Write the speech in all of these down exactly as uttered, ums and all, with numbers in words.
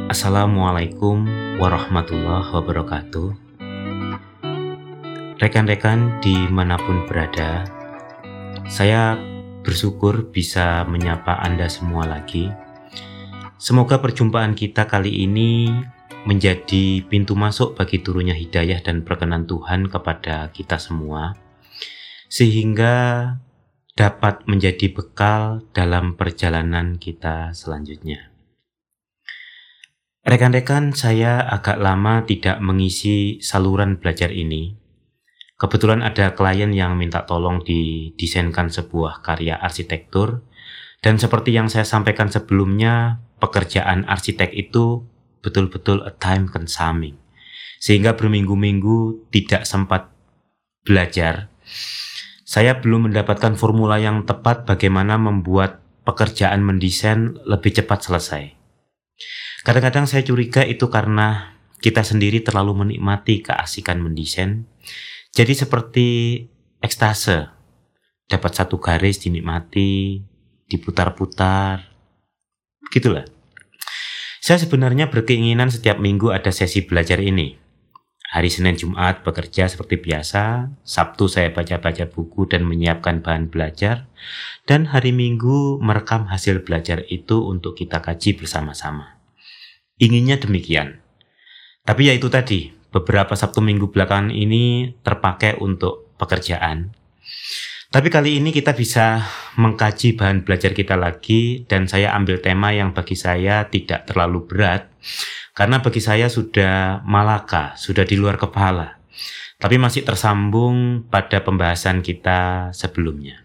Assalamualaikum warahmatullahi wabarakatuh. Rekan-rekan dimanapun berada, saya bersyukur bisa menyapa Anda semua lagi. Semoga perjumpaan kita kali ini menjadi pintu masuk bagi turunnya hidayah dan perkenan Tuhan kepada kita semua, sehingga dapat menjadi bekal dalam perjalanan kita selanjutnya. Rekan-rekan, saya agak lama tidak mengisi saluran belajar ini. Kebetulan ada klien yang minta tolong didesainkan sebuah karya arsitektur, dan seperti yang saya sampaikan sebelumnya, pekerjaan arsitek itu betul-betul a time consuming, sehingga berminggu-minggu tidak sempat belajar. Saya belum mendapatkan formula yang tepat bagaimana membuat pekerjaan mendesain lebih cepat selesai. Kadang-kadang saya curiga itu karena kita sendiri terlalu menikmati keasikan mendesain. Jadi seperti ekstase, dapat satu garis dinikmati, diputar-putar, begitulah. Saya sebenarnya berkeinginan setiap minggu ada sesi belajar ini. Hari Senin Jumat bekerja seperti biasa, Sabtu saya baca-baca buku dan menyiapkan bahan belajar, dan hari Minggu merekam hasil belajar itu untuk kita kaji bersama-sama. Inginnya demikian. Tapi ya itu tadi, beberapa Sabtu Minggu belakangan ini terpakai untuk pekerjaan. Tapi kali ini kita bisa mengkaji bahan belajar kita lagi, dan saya ambil tema yang bagi saya tidak terlalu berat, karena bagi saya sudah malaka, sudah di luar kepala, tapi masih tersambung pada pembahasan kita sebelumnya.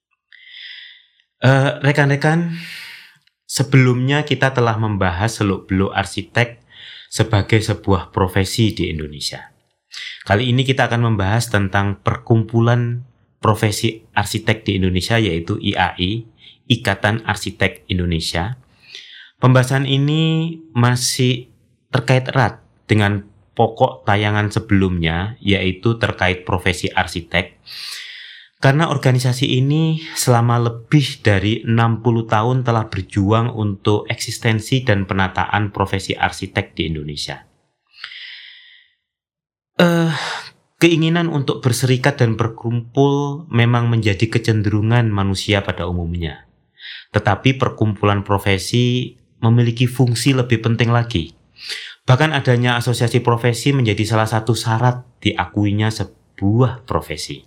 Uh, rekan-rekan, sebelumnya kita telah membahas seluk-beluk arsitek sebagai sebuah profesi di Indonesia. Kali ini kita akan membahas tentang perkumpulan profesi arsitek di Indonesia, yaitu I A I, Ikatan Arsitek Indonesia. Pembahasan ini masih terkait erat dengan pokok tayangan sebelumnya, yaitu terkait profesi arsitek. Karena organisasi ini selama lebih dari enam puluh tahun telah berjuang untuk eksistensi dan penataan profesi arsitek di Indonesia. Uh, keinginan untuk berserikat dan berkumpul memang menjadi kecenderungan manusia pada umumnya. Tetapi perkumpulan profesi memiliki fungsi lebih penting lagi. Bahkan adanya asosiasi profesi menjadi salah satu syarat diakuinya sebuah profesi.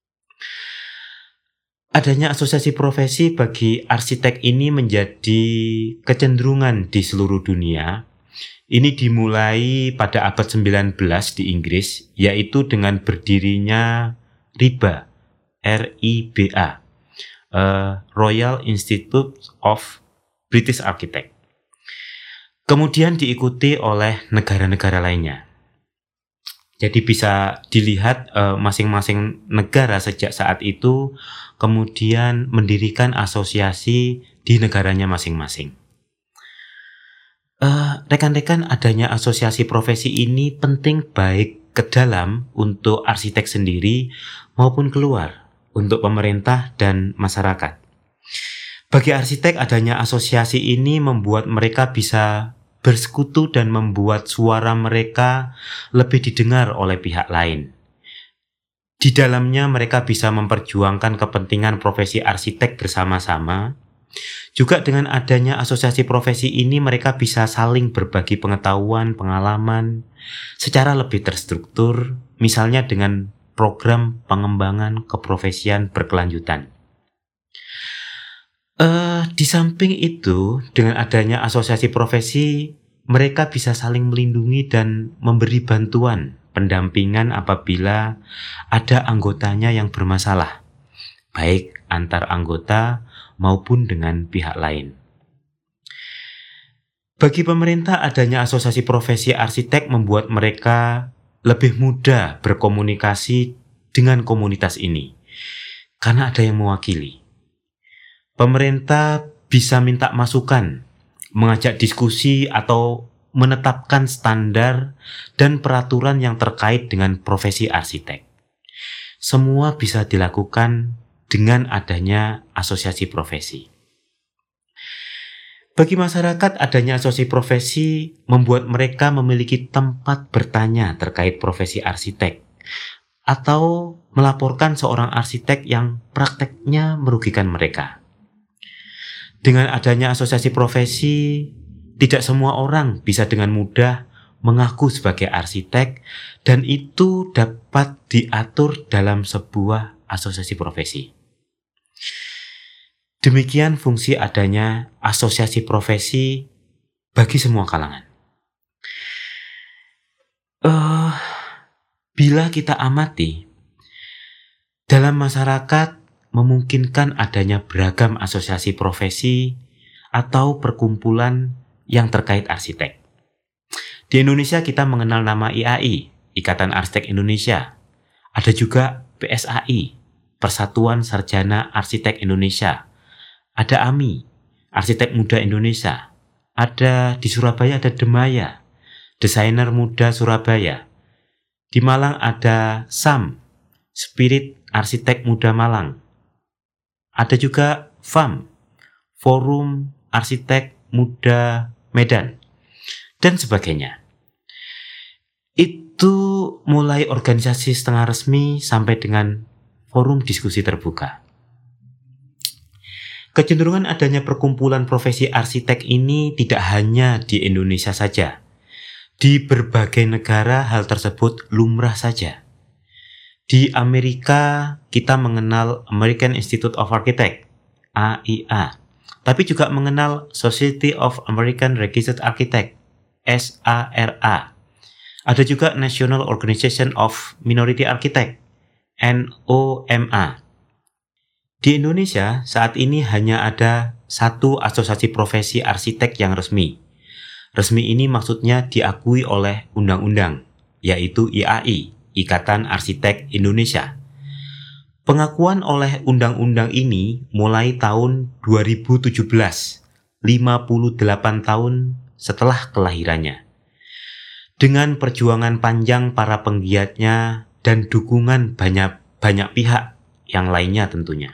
Adanya asosiasi profesi bagi arsitek ini menjadi kecenderungan di seluruh dunia. Ini dimulai pada abad sembilan belas di Inggris, yaitu dengan berdirinya R I B A, R I B A, uh, Royal Institute of British Architects. Kemudian diikuti oleh negara-negara lainnya. Jadi bisa dilihat uh, masing-masing negara sejak saat itu kemudian mendirikan asosiasi di negaranya masing-masing. Uh, rekan-rekan, adanya asosiasi profesi ini penting baik ke dalam untuk arsitek sendiri maupun keluar untuk pemerintah dan masyarakat. Bagi arsitek, adanya asosiasi ini membuat mereka bisa bersekutu dan membuat suara mereka lebih didengar oleh pihak lain. Di dalamnya mereka bisa memperjuangkan kepentingan profesi arsitek bersama-sama. Juga dengan adanya asosiasi profesi ini mereka bisa saling berbagi pengetahuan, pengalaman secara lebih terstruktur, misalnya dengan program pengembangan keprofesian berkelanjutan. Uh, di samping itu, dengan adanya asosiasi profesi, mereka bisa saling melindungi dan memberi bantuan pendampingan apabila ada anggotanya yang bermasalah, baik antar anggota maupun dengan pihak lain. Bagi pemerintah, adanya asosiasi profesi arsitek membuat mereka lebih mudah berkomunikasi dengan komunitas ini, karena ada yang mewakili. Pemerintah bisa minta masukan, mengajak diskusi atau menetapkan standar dan peraturan yang terkait dengan profesi arsitek. Semua bisa dilakukan dengan adanya asosiasi profesi. Bagi masyarakat, adanya asosiasi profesi membuat mereka memiliki tempat bertanya terkait profesi arsitek atau melaporkan seorang arsitek yang prakteknya merugikan mereka. Dengan adanya asosiasi profesi, tidak semua orang bisa dengan mudah mengaku sebagai arsitek, dan itu dapat diatur dalam sebuah asosiasi profesi. Demikian fungsi adanya asosiasi profesi bagi semua kalangan. Uh, bila kita amati, dalam masyarakat memungkinkan adanya beragam asosiasi profesi atau perkumpulan yang terkait arsitek. Di Indonesia kita mengenal nama I A I, Ikatan Arsitek Indonesia. Ada juga P S A I, Persatuan Sarjana Arsitek Indonesia. Ada A M I, Arsitek Muda Indonesia. Ada di Surabaya ada Demaya, Desainer Muda Surabaya. Di Malang ada S A M, Spirit Arsitek Muda Malang. Ada juga F A M, Forum Arsitek Muda Medan, dan sebagainya. Itu mulai organisasi setengah resmi sampai dengan forum diskusi terbuka. Kecenderungan adanya perkumpulan profesi arsitek ini tidak hanya di Indonesia saja. Di berbagai negara hal tersebut lumrah saja. Di Amerika kita mengenal American Institute of Architects, A I A, tapi juga mengenal Society of American Registered Architects, S A R A. Ada juga National Organization of Minority Architects, N O M A. Di Indonesia saat ini hanya ada satu asosiasi profesi arsitek yang resmi. Resmi ini maksudnya diakui oleh undang-undang, yaitu I A I, Ikatan Arsitek Indonesia. Pengakuan oleh undang-undang ini mulai tahun dua ribu tujuh belas, lima puluh delapan tahun setelah kelahirannya. Dengan perjuangan panjang para penggiatnya dan dukungan banyak banyak pihak yang lainnya tentunya.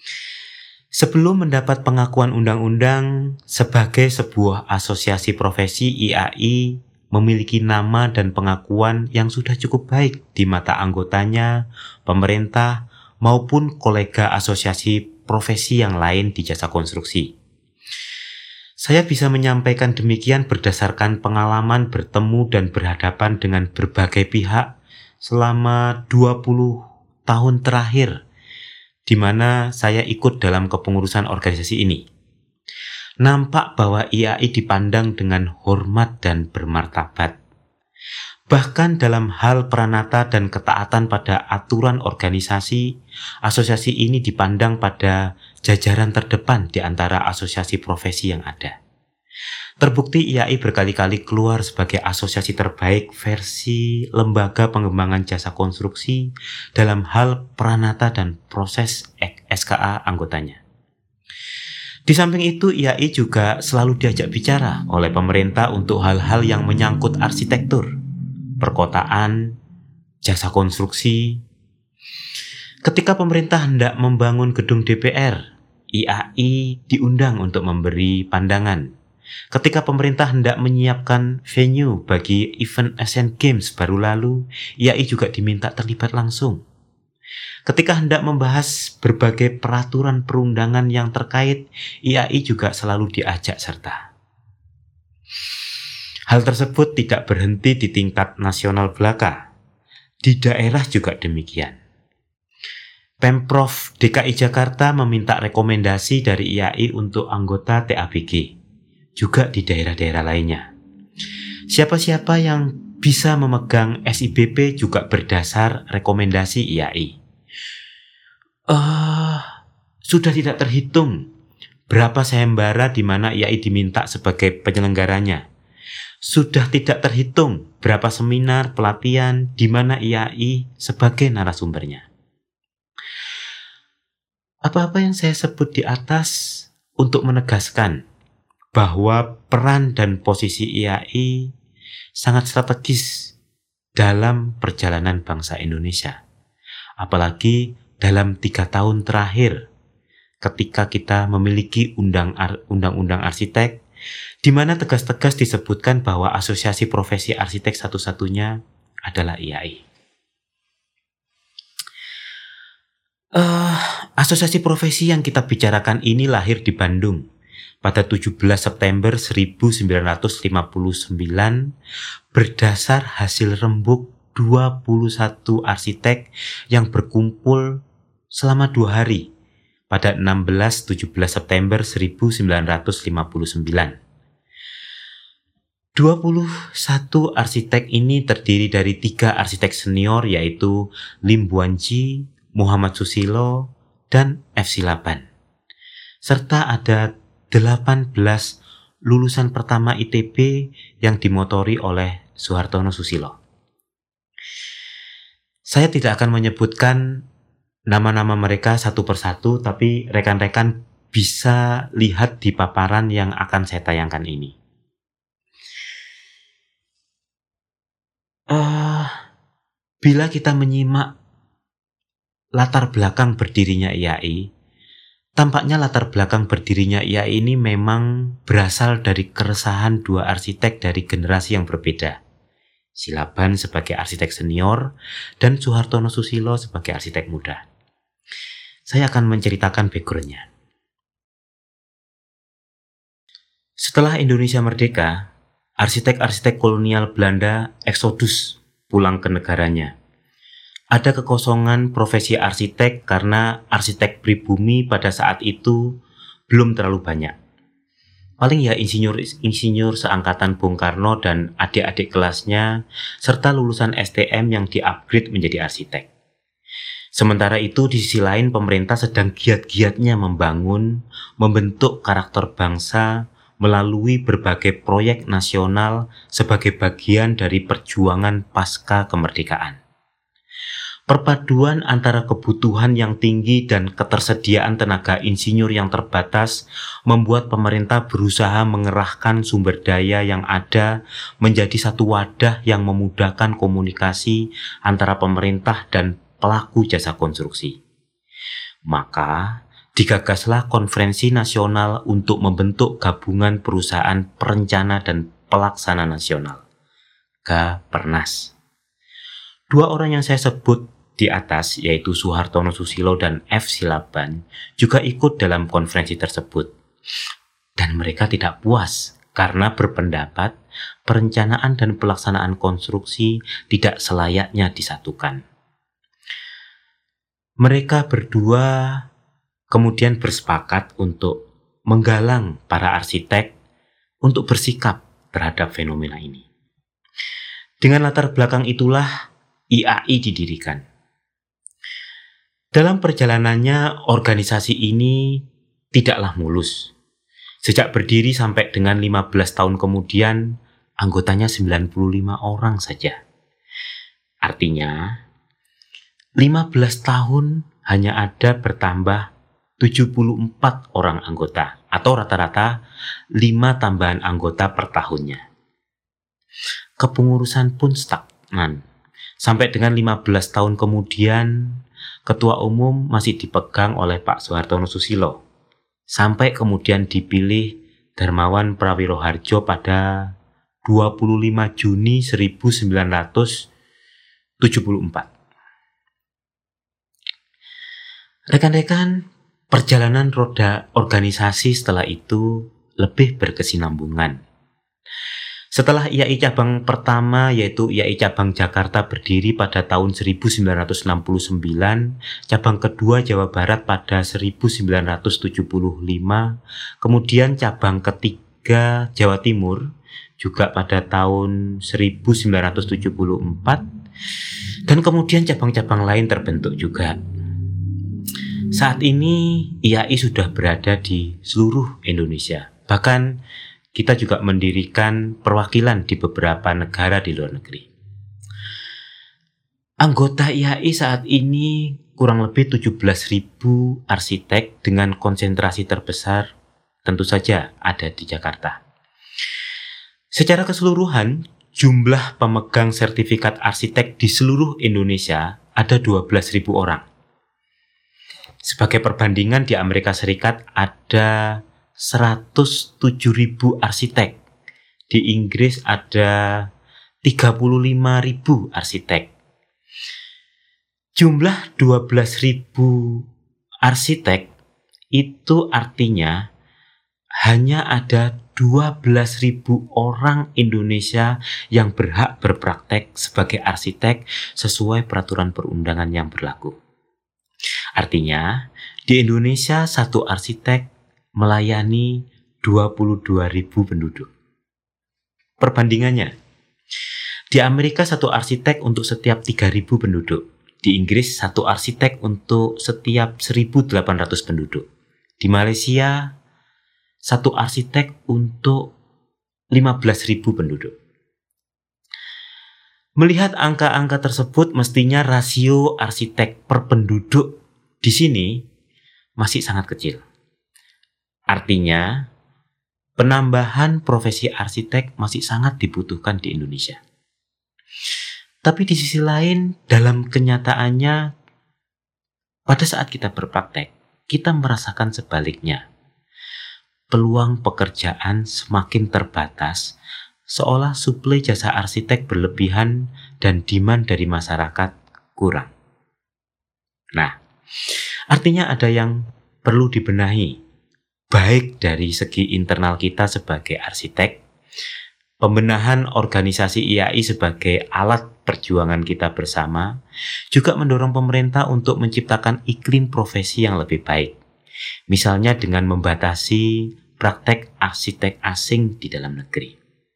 Sebelum mendapat pengakuan undang-undang sebagai sebuah asosiasi profesi, I A I memiliki nama dan pengakuan yang sudah cukup baik di mata anggotanya, pemerintah, maupun kolega asosiasi profesi yang lain di jasa konstruksi. Saya bisa menyampaikan demikian berdasarkan pengalaman bertemu dan berhadapan dengan berbagai pihak selama dua puluh tahun terakhir, di mana saya ikut dalam kepengurusan organisasi ini. Nampak bahwa I A I dipandang dengan hormat dan bermartabat. Bahkan dalam hal peranata dan ketaatan pada aturan organisasi, asosiasi ini dipandang pada jajaran terdepan di antara asosiasi profesi yang ada. Terbukti I A I berkali-kali keluar sebagai asosiasi terbaik versi Lembaga Pengembangan Jasa Konstruksi dalam hal peranata dan proses S K A anggotanya. Di samping itu, I A I juga selalu diajak bicara oleh pemerintah untuk hal-hal yang menyangkut arsitektur, perkotaan, jasa konstruksi. Ketika pemerintah hendak membangun gedung D P R, I A I diundang untuk memberi pandangan. Ketika pemerintah hendak menyiapkan venue bagi event Asian Games baru lalu, I A I juga diminta terlibat langsung. Ketika hendak membahas berbagai peraturan perundangan yang terkait, I A I juga selalu diajak serta. Hal tersebut tidak berhenti di tingkat nasional belaka. Di daerah juga demikian. Pemprov D K I Jakarta meminta rekomendasi dari I A I untuk anggota T A B G, juga di daerah-daerah lainnya. Siapa-siapa yang bisa memegang S I B P juga berdasar rekomendasi I A I. Uh, sudah tidak terhitung berapa sayembara di mana I A I diminta sebagai penyelenggaranya. Sudah tidak terhitung berapa seminar pelatihan di mana I A I sebagai narasumbernya. Apa-apa yang saya sebut di atas untuk menegaskan bahwa peran dan posisi I A I sangat strategis dalam perjalanan bangsa Indonesia. Apalagi dalam tiga tahun terakhir, ketika kita memiliki undang-undang arsitek di mana tegas-tegas disebutkan bahwa asosiasi profesi arsitek satu-satunya adalah I A I. Uh, asosiasi profesi yang kita bicarakan ini lahir di Bandung pada tujuh belas September seribu sembilan ratus lima puluh sembilan berdasar hasil rembuk dua puluh satu arsitek yang berkumpul selama dua hari pada enam belas tujuh belas September seribu sembilan ratus lima puluh sembilan. dua puluh satu arsitek ini terdiri dari tiga arsitek senior yaitu Lim Buanji, Muhammad Susilo, dan F. Silaban. Serta ada delapan belas lulusan pertama I T B yang dimotori oleh Soehartono Susilo. Saya tidak akan menyebutkan nama-nama mereka satu persatu, tapi rekan-rekan bisa lihat di paparan yang akan saya tayangkan ini. Uh, bila kita menyimak latar belakang berdirinya I A I, tampaknya latar belakang berdirinya I A I ini memang berasal dari keresahan dua arsitek dari generasi yang berbeda. Silaban sebagai arsitek senior dan Soehartono Susilo sebagai arsitek muda. Saya akan menceritakan background-nya. Setelah Indonesia merdeka, arsitek-arsitek kolonial Belanda eksodus pulang ke negaranya. Ada kekosongan profesi arsitek karena arsitek pribumi pada saat itu belum terlalu banyak. Paling ya insinyur-insinyur seangkatan Bung Karno dan adik-adik kelasnya, serta lulusan S T M yang di-upgrade menjadi arsitek. Sementara itu di sisi lain pemerintah sedang giat-giatnya membangun, membentuk karakter bangsa melalui berbagai proyek nasional sebagai bagian dari perjuangan pasca kemerdekaan. Perpaduan antara kebutuhan yang tinggi dan ketersediaan tenaga insinyur yang terbatas membuat pemerintah berusaha mengerahkan sumber daya yang ada menjadi satu wadah yang memudahkan komunikasi antara pemerintah dan pelaku jasa konstruksi. Maka, digagaslah Konferensi Nasional untuk membentuk Gabungan Perusahaan Perencana dan Pelaksana Nasional, Gapernas. Dua orang yang saya sebut di atas, yaitu Soehartono Susilo dan F. Silaban, juga ikut dalam konferensi tersebut. Dan mereka tidak puas karena berpendapat perencanaan dan pelaksanaan konstruksi tidak selayaknya disatukan. Mereka berdua kemudian bersepakat untuk menggalang para arsitek untuk bersikap terhadap fenomena ini. Dengan latar belakang itulah I A I didirikan. Dalam perjalanannya, organisasi ini tidaklah mulus. Sejak berdiri sampai dengan lima belas tahun kemudian, anggotanya sembilan puluh lima orang saja. Artinya, lima belas tahun hanya ada bertambah tujuh puluh empat orang anggota, atau rata-rata lima tambahan anggota per tahunnya. Kepengurusan pun stagnan. Sampai dengan lima belas tahun kemudian, Ketua Umum masih dipegang oleh Pak Soehartono Susilo, sampai kemudian dipilih Darmawan Prawiroharjo pada dua puluh lima Juni seribu sembilan ratus tujuh puluh empat. Rekan-rekan, perjalanan roda organisasi setelah itu lebih berkesinambungan. Setelah I A I cabang pertama yaitu I A I cabang Jakarta berdiri pada tahun seribu sembilan ratus enam puluh sembilan, cabang kedua Jawa Barat pada seribu sembilan ratus tujuh puluh lima, kemudian cabang ketiga Jawa Timur juga pada tahun seribu sembilan ratus tujuh puluh empat, dan kemudian cabang-cabang lain terbentuk juga. Saat ini I A I sudah berada di seluruh Indonesia, bahkan kita juga mendirikan perwakilan di beberapa negara di luar negeri. Anggota I A I saat ini kurang lebih tujuh belas ribu arsitek dengan konsentrasi terbesar tentu saja ada di Jakarta. Secara keseluruhan, jumlah pemegang sertifikat arsitek di seluruh Indonesia ada dua belas ribu orang. Sebagai perbandingan di Amerika Serikat ada seratus tujuh ribu arsitek. Di Inggris ada tiga puluh lima ribu arsitek. Jumlah dua belas ribu arsitek itu artinya hanya ada dua belas ribu orang Indonesia yang berhak berpraktek sebagai arsitek sesuai peraturan perundangan yang berlaku. Artinya, di Indonesia satu arsitek melayani dua puluh dua ribu penduduk. Perbandingannya, di Amerika satu arsitek untuk setiap tiga ribu penduduk. Di Inggris satu arsitek untuk setiap seribu delapan ratus penduduk. Di Malaysia satu arsitek untuk lima belas ribu penduduk. Melihat angka-angka tersebut, mestinya rasio arsitek per penduduk di sini masih sangat kecil. Artinya, penambahan profesi arsitek masih sangat dibutuhkan di Indonesia. Tapi di sisi lain, dalam kenyataannya, pada saat kita berpraktek, kita merasakan sebaliknya. Peluang pekerjaan semakin terbatas, seolah suplai jasa arsitek berlebihan dan demand dari masyarakat kurang. Nah, artinya ada yang perlu dibenahi, baik dari segi internal kita sebagai arsitek, pembenahan organisasi I A I sebagai alat perjuangan kita bersama, juga mendorong pemerintah untuk menciptakan iklim profesi yang lebih baik. Misalnya dengan membatasi praktek arsitek asing di dalam negeri.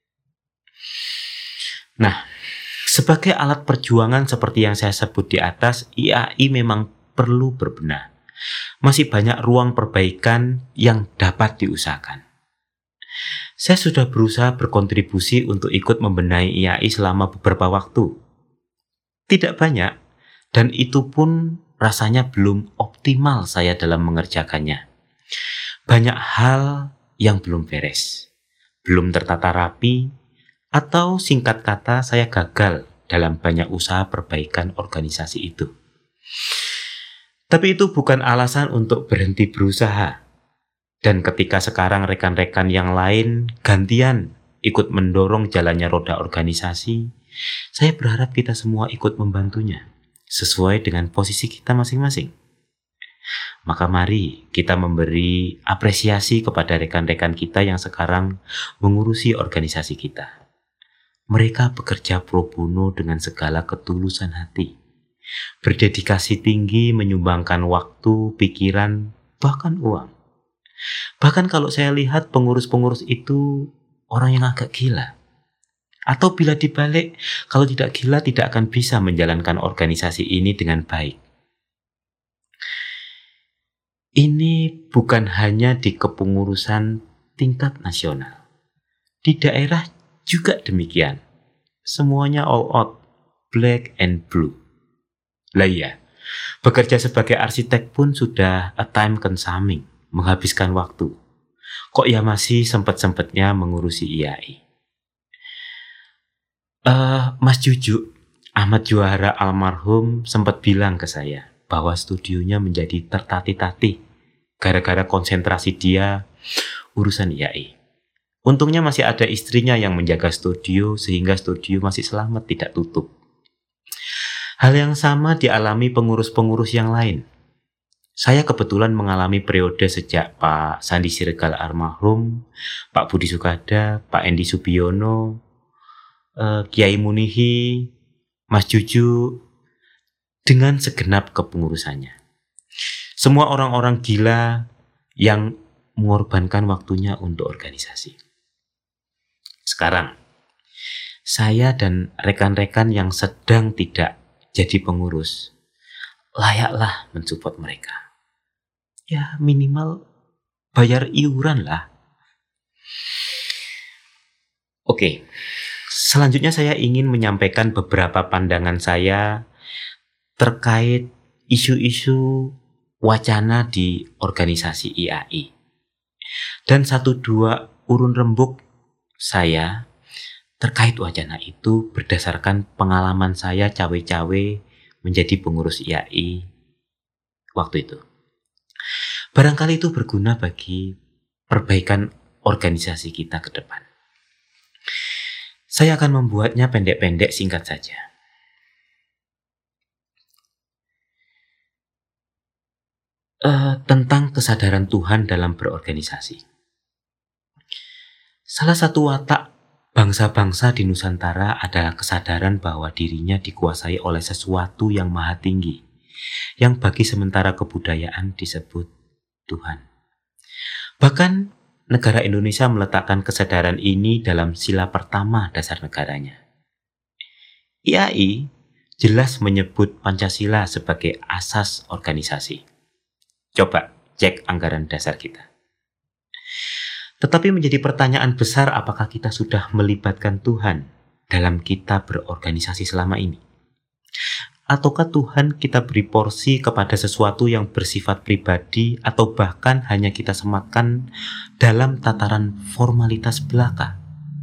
Nah, sebagai alat perjuangan seperti yang saya sebut di atas, I A I memang perlu berbenah. Masih banyak ruang perbaikan yang dapat diusahakan. Saya sudah berusaha berkontribusi untuk ikut membenahi I A I selama beberapa waktu. Tidak banyak, dan itu pun rasanya belum optimal saya dalam mengerjakannya. Banyak hal yang belum beres, belum tertata rapi, atau singkat kata saya gagal dalam banyak usaha perbaikan organisasi itu. Tapi itu bukan alasan untuk berhenti berusaha. Dan ketika sekarang rekan-rekan yang lain gantian ikut mendorong jalannya roda organisasi, saya berharap kita semua ikut membantunya, sesuai dengan posisi kita masing-masing. Maka mari kita memberi apresiasi kepada rekan-rekan kita yang sekarang mengurusi organisasi kita. Mereka bekerja pro bono dengan segala ketulusan hati, berdedikasi tinggi menyumbangkan waktu, pikiran, bahkan uang. Bahkan kalau saya lihat pengurus-pengurus itu orang yang agak gila. Atau bila dibalik, kalau tidak gila tidak akan bisa menjalankan organisasi ini dengan baik. Ini bukan hanya di kepengurusan tingkat nasional. Di daerah juga demikian. Semuanya all out, black and blue. Lah iya, bekerja sebagai arsitek pun sudah a time consuming, menghabiskan waktu. Kok ya masih sempat-sempatnya mengurusi I A I? Uh, Mas Jujuk, Ahmad Juara almarhum sempat bilang ke saya bahwa studionya menjadi tertatih-tatih gara-gara konsentrasi dia urusan I A I. Untungnya masih ada istrinya yang menjaga studio sehingga studio masih selamat tidak tutup. Hal yang sama dialami pengurus-pengurus yang lain. Saya kebetulan mengalami periode sejak Pak Sandi Siregar almarhum, Pak Budi Sukada, Pak Endi Subiono, eh, Kiai Munihi, Mas Juju, dengan segenap kepengurusannya. Semua orang-orang gila yang mengorbankan waktunya untuk organisasi. Sekarang, saya dan rekan-rekan yang sedang tidak jadi pengurus, layaklah mensupport mereka. Ya minimal bayar iuran lah. Oke, selanjutnya saya ingin menyampaikan beberapa pandangan saya terkait isu-isu wacana di organisasi I A I. Dan satu dua urun rembuk saya terkait wacana itu berdasarkan pengalaman saya cawe-cawe menjadi pengurus I A I waktu itu. Barangkali itu berguna bagi perbaikan organisasi kita ke depan. Saya akan membuatnya pendek-pendek, singkat saja. Uh, tentang kesadaran Tuhan dalam berorganisasi. Salah satu watak bangsa-bangsa di Nusantara adalah kesadaran bahwa dirinya dikuasai oleh sesuatu yang maha tinggi, yang bagi sementara kebudayaan disebut Tuhan. Bahkan negara Indonesia meletakkan kesadaran ini dalam sila pertama dasar negaranya. I A I jelas menyebut Pancasila sebagai asas organisasi. Coba cek anggaran dasar kita. Tetapi menjadi pertanyaan besar, apakah kita sudah melibatkan Tuhan dalam kita berorganisasi selama ini? Ataukah Tuhan kita beri porsi kepada sesuatu yang bersifat pribadi atau bahkan hanya kita sematkan dalam tataran formalitas belaka?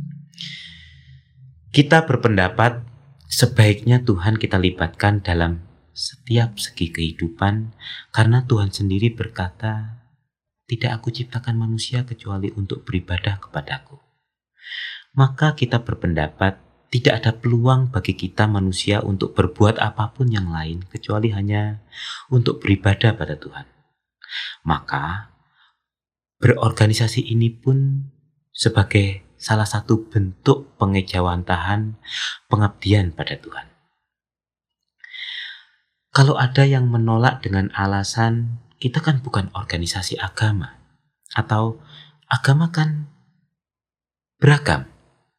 Kita berpendapat sebaiknya Tuhan kita libatkan dalam setiap segi kehidupan karena Tuhan sendiri berkata, "Tidak aku ciptakan manusia kecuali untuk beribadah kepadaku." Maka kita berpendapat tidak ada peluang bagi kita manusia untuk berbuat apapun yang lain kecuali hanya untuk beribadah pada Tuhan. Maka berorganisasi ini pun sebagai salah satu bentuk pengejawantahan pengabdian pada Tuhan. Kalau ada yang menolak dengan alasan kita kan bukan organisasi agama, atau agama kan beragam.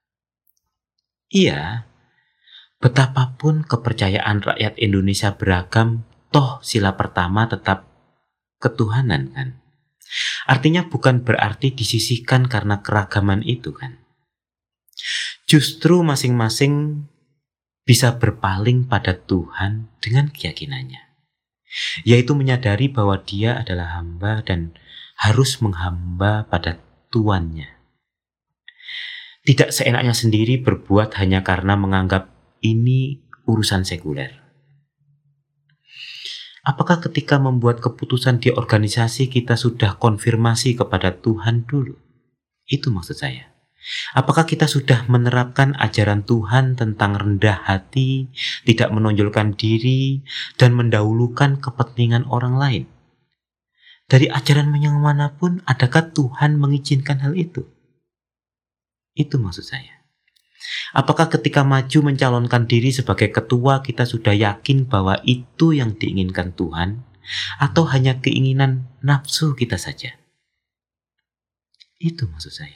Iya, betapapun kepercayaan rakyat Indonesia beragam, toh sila pertama tetap ketuhanan kan. Artinya bukan berarti disisihkan karena keragaman itu kan. Justru masing-masing bisa berpaling pada Tuhan dengan keyakinannya, yaitu menyadari bahwa dia adalah hamba dan harus menghamba pada tuannya. Tidak seenaknya sendiri berbuat hanya karena menganggap ini urusan sekuler. Apakah ketika membuat keputusan di organisasi kita sudah konfirmasi kepada Tuhan dulu? Itu maksud saya. Apakah kita sudah menerapkan ajaran Tuhan tentang rendah hati, tidak menonjolkan diri, dan mendahulukan kepentingan orang lain? Dari ajaran yang manapun, adakah Tuhan mengizinkan hal itu? Itu maksud saya. Apakah ketika maju mencalonkan diri sebagai ketua kita sudah yakin bahwa itu yang diinginkan Tuhan, atau hanya keinginan nafsu kita saja? Itu maksud saya.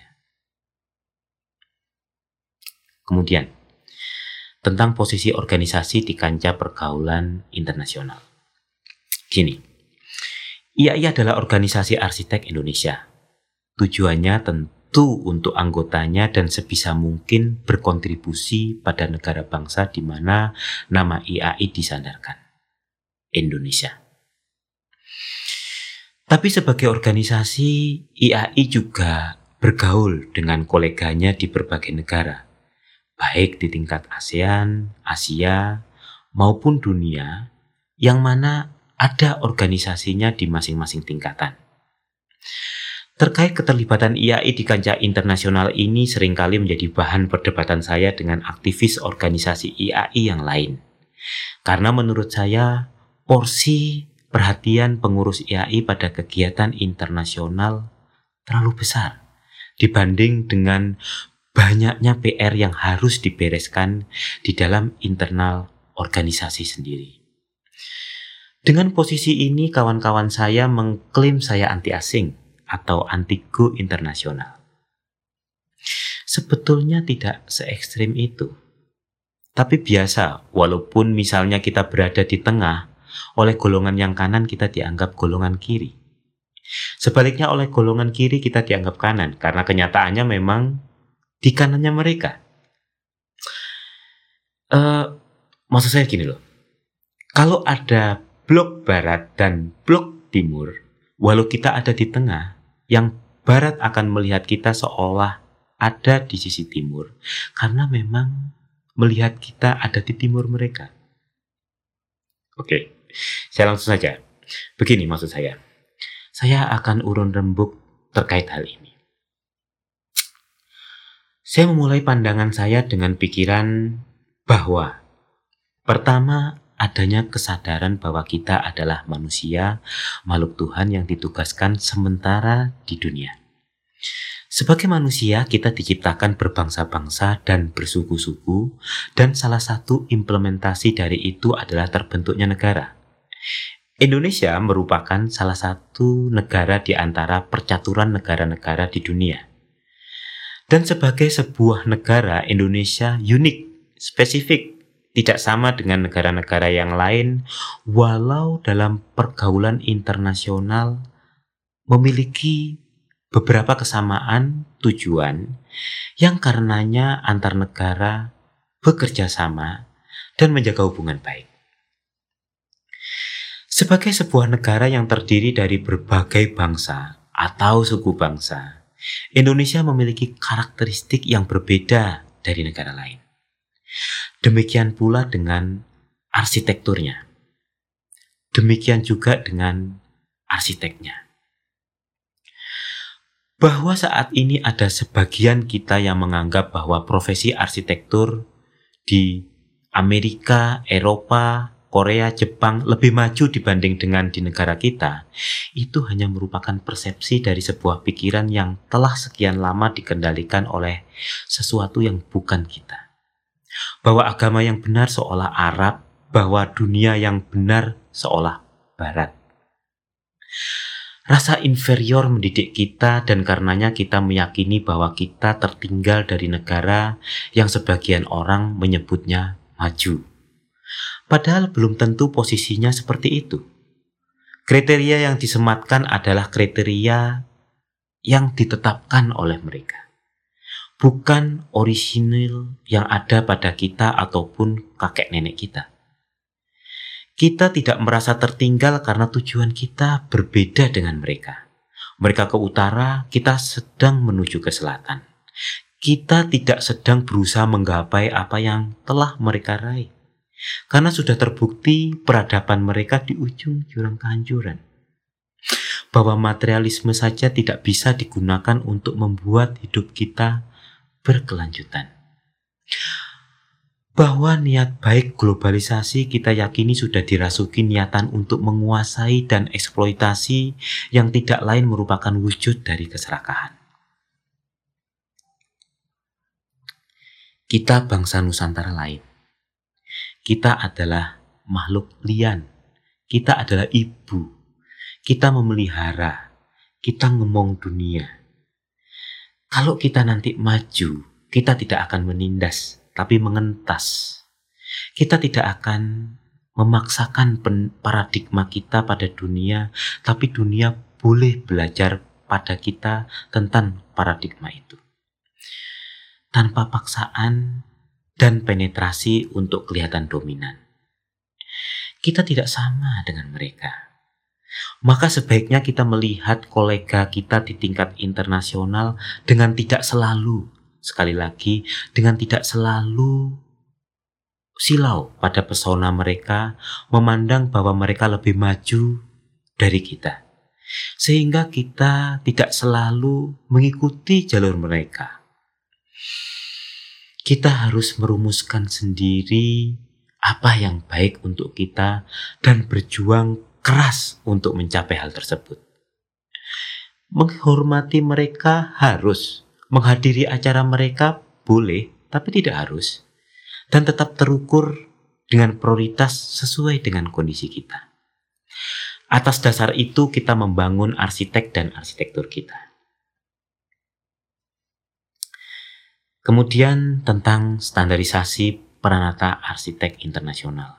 Kemudian, tentang posisi organisasi di kancah pergaulan internasional. Gini, I A I adalah organisasi arsitek Indonesia. Tujuannya tentu untuk anggotanya dan sebisa mungkin berkontribusi pada negara bangsa di mana nama I A I disandarkan, Indonesia. Tapi sebagai organisasi, I A I juga bergaul dengan koleganya di berbagai negara, baik di tingkat ASEAN, Asia, maupun dunia, yang mana ada organisasinya di masing-masing tingkatan. Terkait keterlibatan I A I di kancah internasional ini seringkali menjadi bahan perdebatan saya dengan aktivis organisasi I A I yang lain. Karena menurut saya, porsi perhatian pengurus I A I pada kegiatan internasional terlalu besar dibanding dengan banyaknya P R yang harus dibereskan di dalam internal organisasi sendiri. Dengan posisi ini, kawan-kawan saya mengklaim saya anti asing atau anti go internasional. Sebetulnya tidak se ekstrim itu. Tapi biasa, walaupun misalnya kita berada di tengah, oleh golongan yang kanan kita dianggap golongan kiri. Sebaliknya oleh golongan kiri kita dianggap kanan, karena kenyataannya memang di kanannya mereka. Uh, maksud saya gini loh, kalau ada blok barat dan blok timur, walau kita ada di tengah, yang barat akan melihat kita seolah ada di sisi timur, karena memang melihat kita ada di timur mereka. Oke, saya langsung saja. Begini maksud saya. Saya akan urun rembuk terkait hal ini. Saya memulai pandangan saya dengan pikiran bahwa pertama, adanya kesadaran bahwa kita adalah manusia, makhluk Tuhan yang ditugaskan sementara di dunia. Sebagai manusia, kita diciptakan berbangsa-bangsa dan bersuku-suku, dan salah satu implementasi dari itu adalah terbentuknya negara. Indonesia merupakan salah satu negara di antara percaturan negara-negara di dunia. Dan sebagai sebuah negara, Indonesia unik, spesifik, tidak sama dengan negara-negara yang lain, walau dalam pergaulan internasional memiliki beberapa kesamaan tujuan yang karenanya antar negara bekerja sama dan menjaga hubungan baik. Sebagai sebuah negara yang terdiri dari berbagai bangsa atau suku bangsa, Indonesia memiliki karakteristik yang berbeda dari negara lain. Demikian pula dengan arsitekturnya. Demikian juga dengan arsiteknya. Bahwa saat ini ada sebagian kita yang menganggap bahwa profesi arsitektur di Amerika, Eropa, Korea, Jepang lebih maju dibanding dengan di negara kita, itu hanya merupakan persepsi dari sebuah pikiran yang telah sekian lama dikendalikan oleh sesuatu yang bukan kita. Bahwa agama yang benar seolah Arab, bahwa dunia yang benar seolah Barat. Rasa inferior mendidik kita dan karenanya kita meyakini bahwa kita tertinggal dari negara yang sebagian orang menyebutnya maju. Padahal belum tentu posisinya seperti itu. Kriteria yang disematkan adalah kriteria yang ditetapkan oleh mereka. Bukan orisinil yang ada pada kita ataupun kakek nenek kita. Kita tidak merasa tertinggal karena tujuan kita berbeda dengan mereka. Mereka ke utara, kita sedang menuju ke selatan. Kita tidak sedang berusaha menggapai apa yang telah mereka raih. Karena sudah terbukti peradaban mereka di ujung jurang kehancuran. Bahwa materialisme saja tidak bisa digunakan untuk membuat hidup kita berkelanjutan. Bahwa niat baik globalisasi kita yakini sudah dirasuki niatan untuk menguasai dan eksploitasi yang tidak lain merupakan wujud dari keserakahan. Kita bangsa Nusantara lain. Kita adalah makhluk lian. Kita adalah ibu. Kita memelihara. Kita ngemong dunia. Kalau kita nanti maju, kita tidak akan menindas, tapi mengentas. Kita tidak akan memaksakan paradigma kita pada dunia, tapi dunia boleh belajar pada kita tentang paradigma itu. Tanpa paksaan dan penetrasi untuk kelihatan dominan. Kita tidak sama dengan mereka. Maka sebaiknya kita melihat kolega kita di tingkat internasional dengan tidak selalu, sekali lagi, dengan tidak selalu silau pada pesona mereka, memandang bahwa mereka lebih maju dari kita. Sehingga kita tidak selalu mengikuti jalur mereka. Kita harus merumuskan sendiri apa yang baik untuk kita dan berjuang keras untuk mencapai hal tersebut. Menghormati mereka harus, menghadiri acara mereka boleh, tapi tidak harus. Dan tetap terukur dengan prioritas sesuai dengan kondisi kita. Atas dasar itu kita membangun arsitek dan arsitektur kita. Kemudian tentang standarisasi peranata arsitek internasional.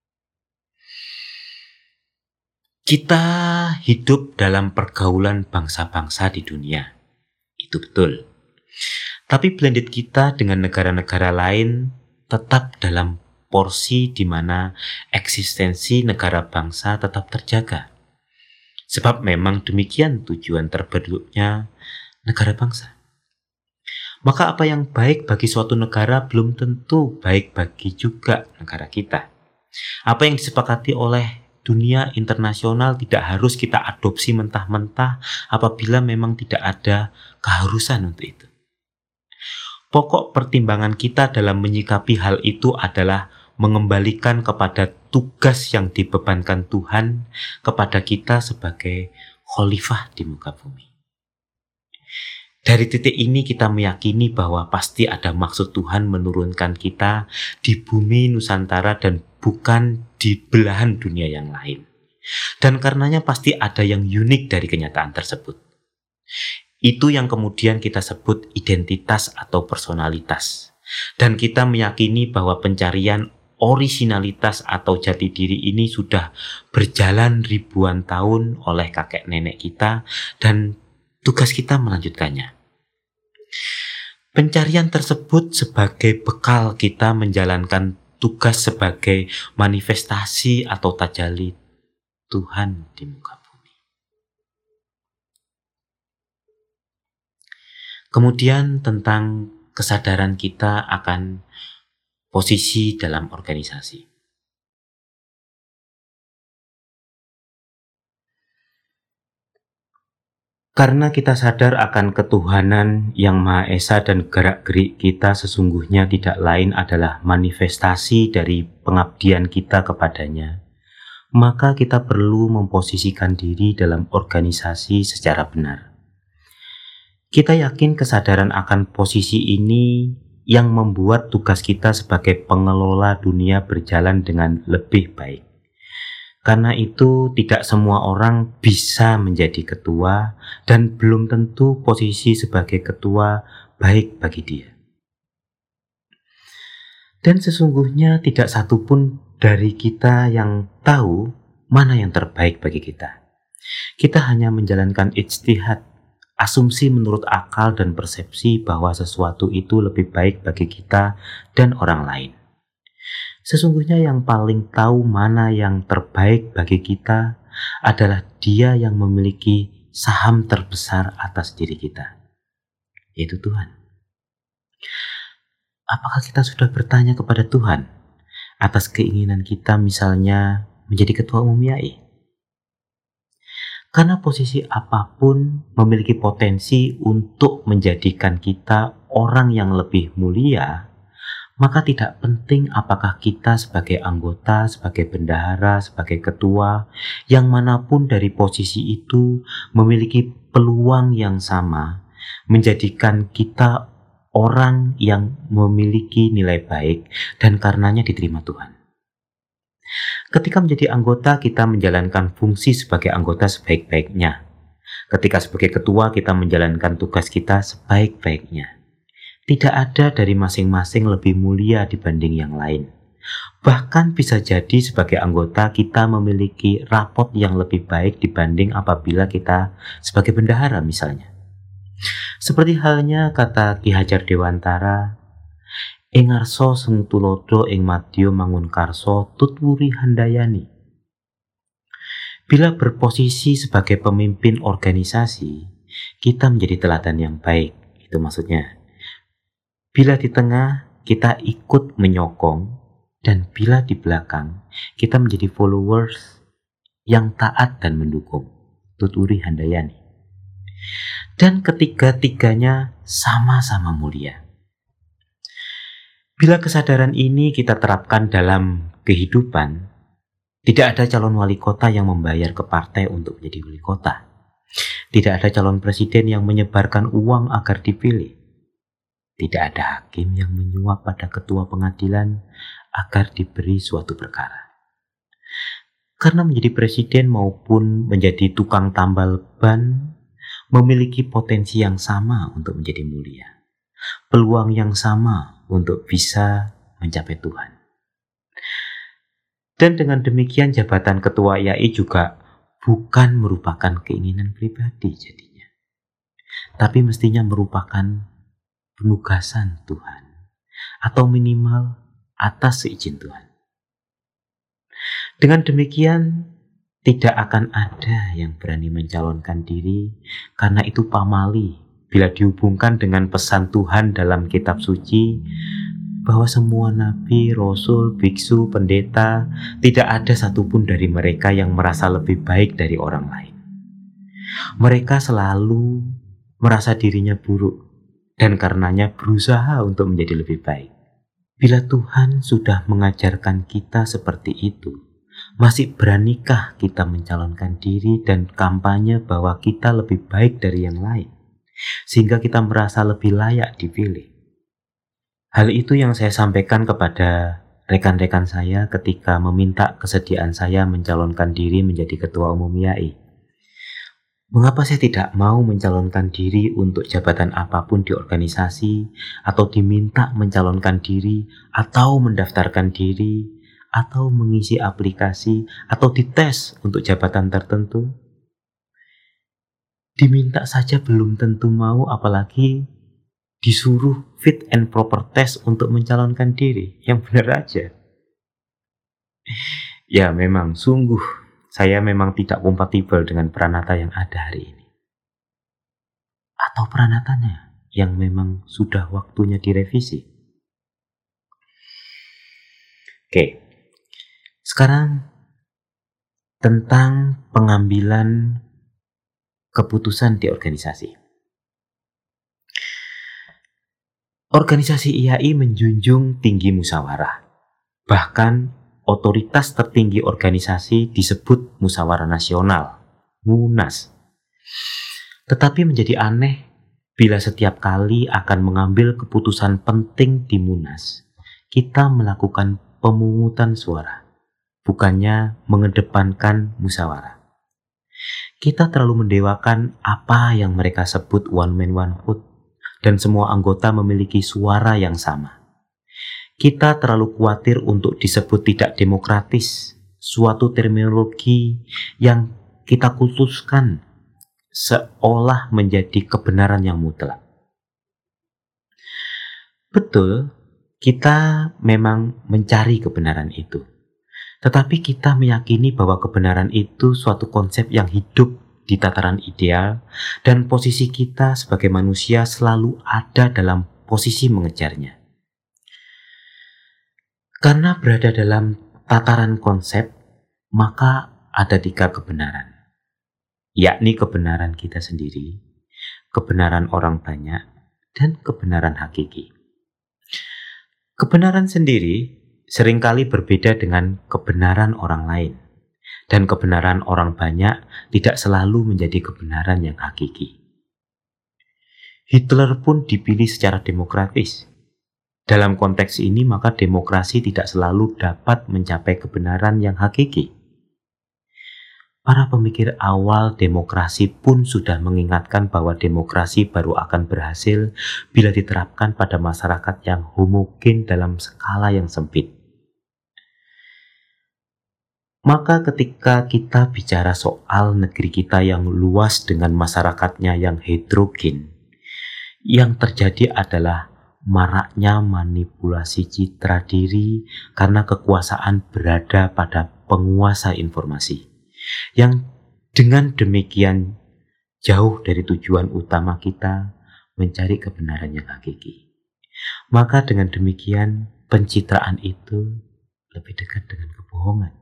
Kita hidup dalam pergaulan bangsa-bangsa di dunia. Itu betul. Tapi blended kita dengan negara-negara lain tetap dalam porsi di mana eksistensi negara bangsa tetap terjaga. Sebab memang demikian tujuan terbentuknya negara bangsa. Maka apa yang baik bagi suatu negara belum tentu baik bagi juga negara kita. Apa yang disepakati oleh dunia internasional tidak harus kita adopsi mentah-mentah apabila memang tidak ada keharusan untuk itu. Pokok pertimbangan kita dalam menyikapi hal itu adalah mengembalikan kepada tugas yang dibebankan Tuhan kepada kita sebagai khalifah di muka bumi. Dari titik ini kita meyakini bahwa pasti ada maksud Tuhan menurunkan kita di bumi Nusantara dan bukan di belahan dunia yang lain. Dan karenanya pasti ada yang unik dari kenyataan tersebut. Itu yang kemudian kita sebut identitas atau personalitas. Dan kita meyakini bahwa pencarian orisinalitas atau jati diri ini sudah berjalan ribuan tahun oleh kakek nenek kita dan tugas kita melanjutkannya. Pencarian tersebut sebagai bekal kita menjalankan tugas sebagai manifestasi atau tajalli Tuhan di muka bumi. Kemudian tentang kesadaran kita akan posisi dalam organisasi. Karena kita sadar akan ketuhanan yang Maha Esa dan gerak-gerik kita sesungguhnya tidak lain adalah manifestasi dari pengabdian kita kepadanya, maka kita perlu memposisikan diri dalam organisasi secara benar. Kita yakin kesadaran akan posisi ini yang membuat tugas kita sebagai pengelola dunia berjalan dengan lebih baik. Karena itu tidak semua orang bisa menjadi ketua dan belum tentu posisi sebagai ketua baik bagi dia. Dan sesungguhnya tidak satu pun dari kita yang tahu mana yang terbaik bagi kita. Kita hanya menjalankan ijtihad, asumsi menurut akal dan persepsi bahwa sesuatu itu lebih baik bagi kita dan orang lain. Sesungguhnya yang paling tahu mana yang terbaik bagi kita adalah Dia yang memiliki saham terbesar atas diri kita, yaitu Tuhan. Apakah kita sudah bertanya kepada Tuhan atas keinginan kita misalnya menjadi ketua umum Y A I? Karena posisi apapun memiliki potensi untuk menjadikan kita orang yang lebih mulia, maka tidak penting apakah kita sebagai anggota, sebagai bendahara, sebagai ketua, yang manapun dari posisi itu memiliki peluang yang sama, menjadikan kita orang yang memiliki nilai baik dan karenanya diterima Tuhan. Ketika menjadi anggota, kita menjalankan fungsi sebagai anggota sebaik-baiknya. Ketika sebagai ketua, kita menjalankan tugas kita sebaik-baiknya. Tidak ada dari masing-masing lebih mulia dibanding yang lain. Bahkan bisa jadi sebagai anggota kita memiliki rapot yang lebih baik dibanding apabila kita sebagai bendahara misalnya. Seperti halnya kata Ki Hajar Dewantara, ing ngarsa sing tulodo ing madya mangun karso tutwuri handayani. Bila berposisi sebagai pemimpin organisasi, kita menjadi teladan yang baik. Itu maksudnya. Bila di tengah, kita ikut menyokong, dan bila di belakang, kita menjadi followers yang taat dan mendukung. Tuturi handayani. Dan ketiga-tiganya sama-sama mulia. Bila kesadaran ini kita terapkan dalam kehidupan, tidak ada calon wali kota yang membayar ke partai untuk menjadi wali kota. Tidak ada calon presiden yang menyebarkan uang agar dipilih. Tidak ada hakim yang menyuap pada ketua pengadilan agar diberi suatu perkara. Karena menjadi presiden maupun menjadi tukang tambal ban memiliki potensi yang sama untuk menjadi mulia. Peluang yang sama untuk bisa mencapai Tuhan. Dan dengan demikian jabatan ketua Y A I juga bukan merupakan keinginan pribadi jadinya. Tapi mestinya merupakan penugasan Tuhan, atau minimal atas seizin Tuhan. Dengan demikian, tidak akan ada yang berani mencalonkan diri karena itu pamali bila dihubungkan dengan pesan Tuhan dalam kitab suci bahwa semua nabi, rasul, biksu, pendeta, tidak ada satupun dari mereka yang merasa lebih baik dari orang lain. Mereka selalu merasa dirinya buruk dan karenanya berusaha untuk menjadi lebih baik. Bila Tuhan sudah mengajarkan kita seperti itu, masih beranikah kita mencalonkan diri dan kampanye bahwa kita lebih baik dari yang lain, sehingga kita merasa lebih layak dipilih? Hal itu yang saya sampaikan kepada rekan-rekan saya ketika meminta kesediaan saya mencalonkan diri menjadi Ketua Umum I A I. Mengapa saya tidak mau mencalonkan diri untuk jabatan apapun di organisasi, atau diminta mencalonkan diri, atau mendaftarkan diri, atau mengisi aplikasi, atau dites untuk jabatan tertentu? Diminta saja belum tentu mau, apalagi disuruh fit and proper test untuk mencalonkan diri. Yang benar aja. Ya memang, sungguh saya memang tidak kompatibel dengan Pranata yang ada hari ini. Atau Pranatanya yang memang sudah waktunya direvisi. Oke, sekarang tentang pengambilan keputusan di organisasi. Organisasi I A I menjunjung tinggi musyawarah. Bahkan otoritas tertinggi organisasi disebut Musyawarah Nasional, Munas. Tetapi menjadi aneh bila setiap kali akan mengambil keputusan penting di Munas, kita melakukan pemungutan suara, bukannya mengedepankan musyawarah. Kita terlalu mendewakan apa yang mereka sebut one man one vote, dan semua anggota memiliki suara yang sama. Kita terlalu khawatir untuk disebut tidak demokratis, suatu terminologi yang kita kultuskan seolah menjadi kebenaran yang mutlak. Betul, kita memang mencari kebenaran itu. Tetapi kita meyakini bahwa kebenaran itu suatu konsep yang hidup di tataran ideal, dan posisi kita sebagai manusia selalu ada dalam posisi mengejarnya. Karena berada dalam tataran konsep, maka ada tiga kebenaran, yakni kebenaran kita sendiri, kebenaran orang banyak, dan kebenaran hakiki. Kebenaran sendiri seringkali berbeda dengan kebenaran orang lain, dan kebenaran orang banyak tidak selalu menjadi kebenaran yang hakiki. Hitler pun dipilih secara demokratis. Dalam konteks ini, maka demokrasi tidak selalu dapat mencapai kebenaran yang hakiki. Para pemikir awal demokrasi pun sudah mengingatkan bahwa demokrasi baru akan berhasil bila diterapkan pada masyarakat yang homogen dalam skala yang sempit. Maka ketika kita bicara soal negeri kita yang luas dengan masyarakatnya yang heterogen, yang terjadi adalah maraknya manipulasi citra diri karena kekuasaan berada pada penguasa informasi, yang dengan demikian jauh dari tujuan utama kita mencari kebenaran yang hakiki. Maka dengan demikian pencitraan itu lebih dekat dengan kebohongan.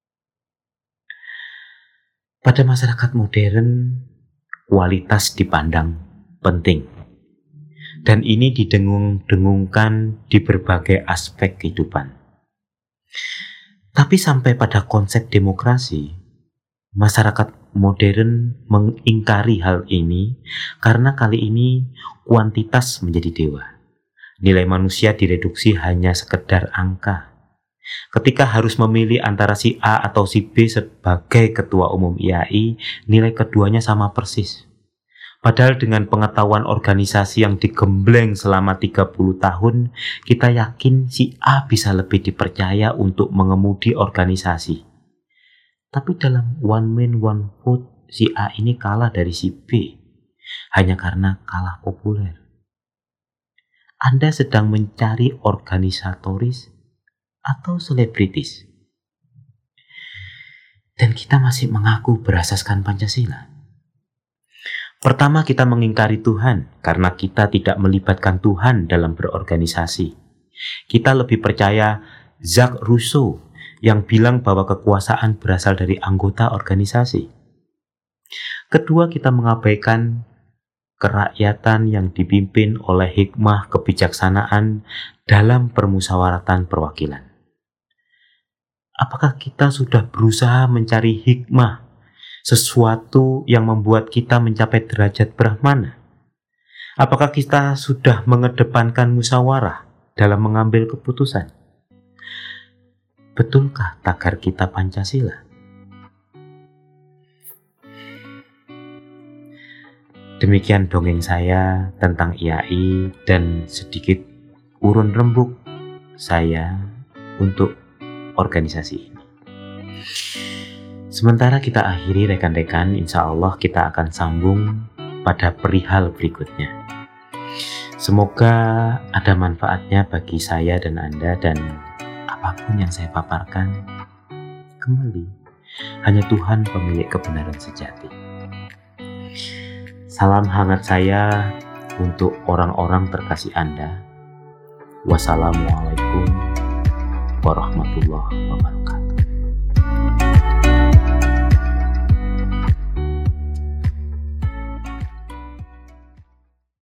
Pada masyarakat modern, kualitas dipandang penting. Dan ini didengung-dengungkan di berbagai aspek kehidupan. Tapi sampai pada konsep demokrasi, masyarakat modern mengingkari hal ini karena kali ini kuantitas menjadi dewa. Nilai manusia direduksi hanya sekedar angka. Ketika harus memilih antara si A atau si B sebagai ketua umum I A I, nilai keduanya sama persis. Padahal dengan pengetahuan organisasi yang digembleng selama tiga puluh tahun, kita yakin si A bisa lebih dipercaya untuk mengemudi organisasi. Tapi dalam one man one vote, si A ini kalah dari si B hanya karena kalah populer. Anda sedang mencari organisatoris atau selebritis? Dan kita masih mengaku berasaskan Pancasila. Pertama, kita mengingkari Tuhan karena kita tidak melibatkan Tuhan dalam berorganisasi. Kita lebih percaya Jacques Rousseau yang bilang bahwa kekuasaan berasal dari anggota organisasi. Kedua, kita mengabaikan kerakyatan yang dipimpin oleh hikmah kebijaksanaan dalam permusyawaratan perwakilan. Apakah kita sudah berusaha mencari hikmah, sesuatu yang membuat kita mencapai derajat Brahmana? Apakah kita sudah mengedepankan musyawarah dalam mengambil keputusan? Betulkah tagar kita Pancasila? Demikian dongeng saya tentang I A I dan sedikit urun rembuk saya untuk organisasi ini. Sementara kita akhiri rekan-rekan, insya Allah kita akan sambung pada perihal berikutnya. Semoga ada manfaatnya bagi saya dan Anda, dan apapun yang saya paparkan, kembali hanya Tuhan pemilik kebenaran sejati. Salam hangat saya untuk orang-orang terkasih Anda. Wassalamualaikum warahmatullahi wabarakatuh.